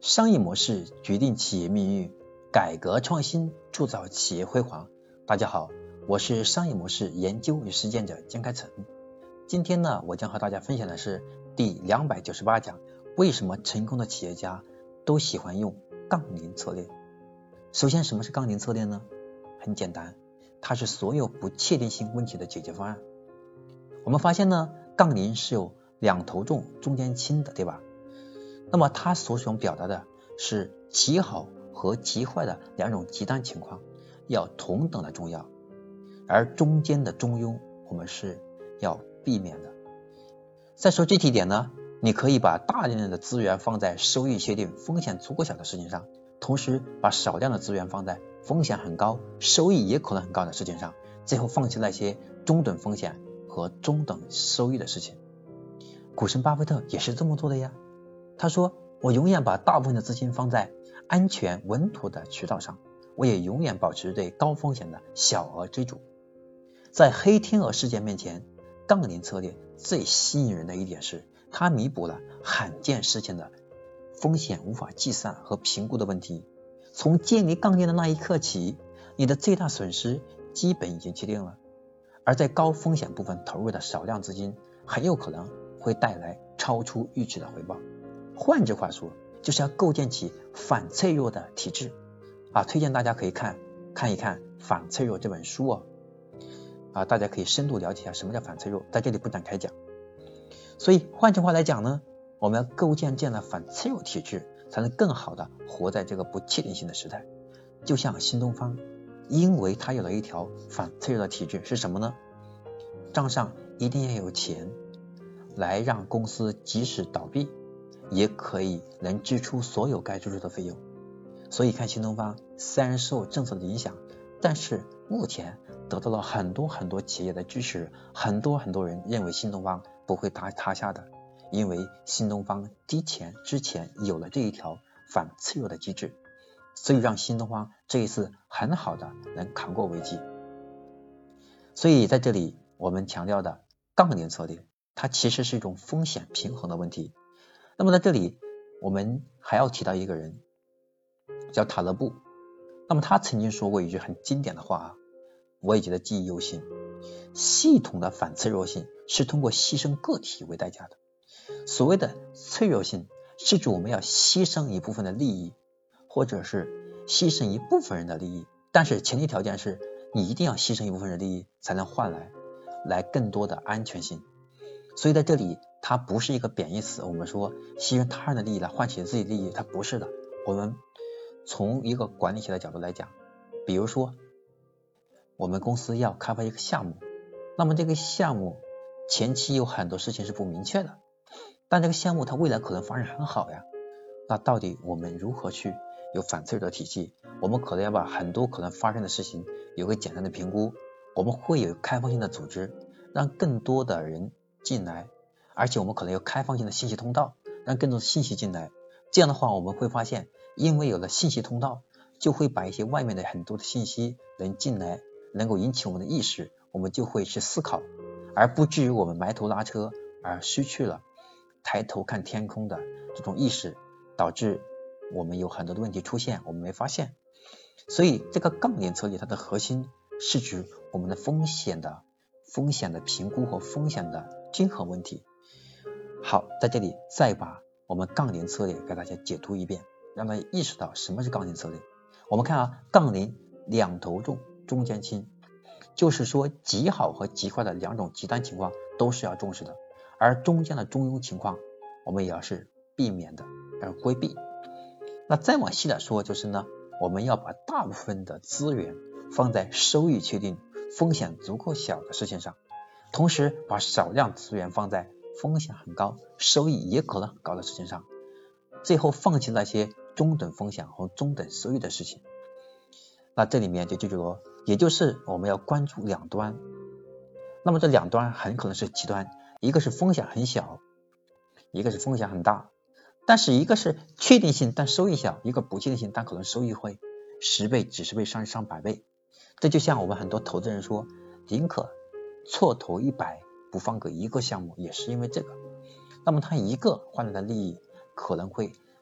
商业模式决定企业命运，改革创新铸造企业辉煌。大家好，我是商业模式研究与实践者江开成。今天呢，我将和大家分享的是第298讲，为什么成功的企业家都喜欢用杠铃策略。首先，什么是杠铃策略呢？很简单，它是所有不确定性问题的解决方案。我们发现呢，杠铃是有两头重中间轻的，对吧？那么它所想表达的是极好和极坏的两种极端情况要同等的重要，而中间的中庸我们是要避免的。再说具体点呢，你可以把大量的资源放在收益确定、风险足够小的事情上，同时把少量的资源放在风险很高、收益也可能很高的事情上，最后放弃那些中等风险和中等收益的事情。股神巴菲特也是这么做的呀。他说，我永远把大部分的资金放在安全稳妥的渠道上，我也永远保持对高风险的小额追逐。在黑天鹅事件面前，杠铃策略最吸引人的一点是，它弥补了罕见事件的风险无法计算和评估的问题。从建立杠铃的那一刻起，你的最大损失基本已经确定了，而在高风险部分投入的少量资金很有可能会带来超出预期的回报。换句话说，就是要构建起反脆弱的体制推荐大家可以看一看《反脆弱》这本书大家可以深度了解一下什么叫反脆弱，在这里不展开讲。所以换句话来讲呢，我们要构建这样的反脆弱体制，才能更好的活在这个不确定性的时代。就像新东方，因为它有了一条反脆弱的体制，是什么呢？账上一定要有钱，来让公司即使倒闭也可以能支出所有该支出的费用。所以看新东方虽然受政策的影响，但是目前得到了很多企业的支持，很多人认为新东方不会塌下的，因为新东方之前有了这一条反脆弱的机制，所以让新东方这一次很好的能扛过危机。所以在这里我们强调的杠铃策略，它其实是一种风险平衡的问题。那么在这里我们还要提到一个人，叫塔勒布。那么他曾经说过一句很经典的话我也觉得记忆犹新，系统的反脆弱性是通过牺牲个体为代价的。所谓的脆弱性是指我们要牺牲一部分的利益，或者是牺牲一部分人的利益，但是前提条件是你一定要牺牲一部分人的利益才能换来更多的安全性。所以在这里它不是一个贬义词，我们说牺牲他人的利益来换取自己的利益，它不是的。我们从一个管理学的角度来讲，比如说我们公司要开发一个项目，那么这个项目前期有很多事情是不明确的，但这个项目它未来可能发展很好呀，那到底我们如何去有反脆弱的体系？我们可能要把很多可能发生的事情有个简单的评估，我们会有开放性的组织，让更多的人进来，而且我们可能有开放性的信息通道，让更多的信息进来。这样的话我们会发现，因为有了信息通道，就会把一些外面的很多的信息能进来，能够引起我们的意识，我们就会去思考，而不至于我们埋头拉车而失去了抬头看天空的这种意识，导致我们有很多的问题出现我们没发现。所以这个杠铃策略它的核心是指我们的风险的评估和风险的均衡问题。好，在这里再把我们杠铃策略给大家解读一遍，让大家意识到什么是杠铃策略。我们看杠铃两头重中间轻，就是说极好和极坏的两种极端情况都是要重视的，而中间的中庸情况我们也要是避免的，要规避。那再往细的说，就是呢，我们要把大部分的资源放在收益确定、风险足够小的事情上，同时把少量资源放在风险很高、收益也可能很高的事情上，最后放弃那些中等风险和中等收益的事情。那这里面就记住了，也就是我们要关注两端。那么这两端很可能是极端，一个是风险很小，一个是风险很大，但是一个是确定性但收益小，一个不确定性但可能收益会10倍、几十倍、上百倍。这就像我们很多投资人说，宁可错投100不放个一个项目，也是因为这个。那么他一个换来的利益可能会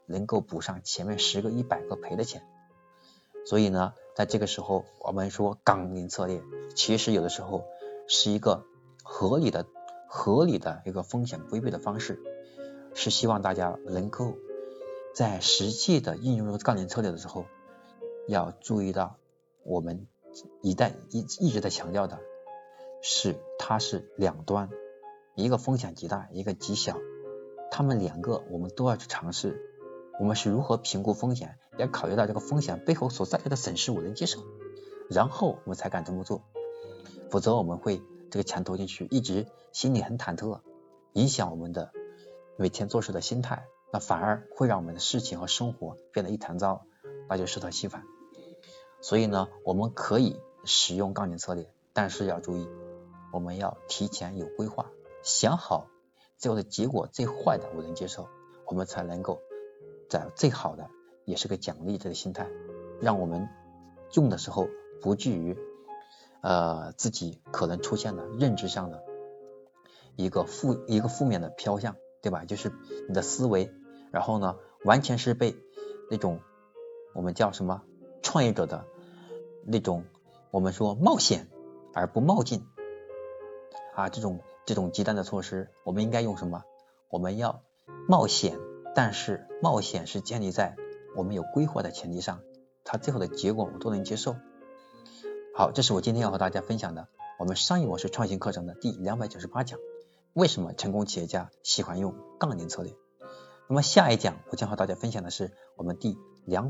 能够补上前面10个、100个赔的钱。所以呢，在这个时候我们说杠铃策略，其实有的时候是一个合理的一个风险规避的方式，是希望大家能够在实际的应用这个杠铃策略的时候，要注意到我们一直在强调的是它是两端，一个风险极大，一个极小，他们两个我们都要去尝试。我们是如何评估风险，也考虑到这个风险背后所带来的损失我能接受，然后我们才敢这么做，否则我们会这个钱投进去，一直心里很忐忑，影响我们的每天做事的心态，那反而会让我们的事情和生活变得一团糟，那就适得其反。所以呢，我们可以使用杠铃策略，但是要注意，我们要提前有规划，想好最后的结果最坏的我能接受，我们才能够在最好的也是个奖励这个心态，让我们用的时候不至于自己可能出现了认知上的一个负面的飘向，对吧？就是你的思维，然后呢完全是被那种我们叫什么创业者的那种我们说冒险而不冒进啊，这种极端的措施，我们应该用什么？我们要冒险，但是冒险是建立在我们有规划的前提上，它最后的结果我都能接受。好，这是我今天要和大家分享的我们商业模式创新课程的第298讲，为什么成功企业家喜欢用杠铃策略。那么下一讲我将和大家分享的是我们第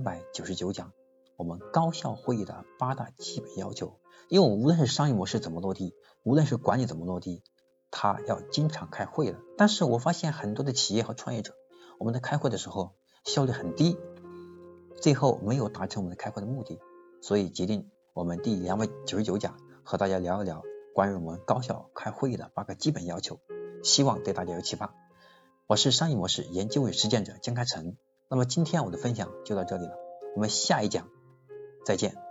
299讲，我们高效会议的8大基本要求。因为无论是商业模式怎么落地，无论是管理怎么落地，他要经常开会的。但是我发现很多的企业和创业者，我们在开会的时候效率很低，最后没有达成我们的开会的目的，所以决定我们第299讲和大家聊一聊关于我们高效开会议的8个基本要求，希望对大家有启发。我是商业模式研究与实践者江开成，那么今天我的分享就到这里了，我们下一讲再见。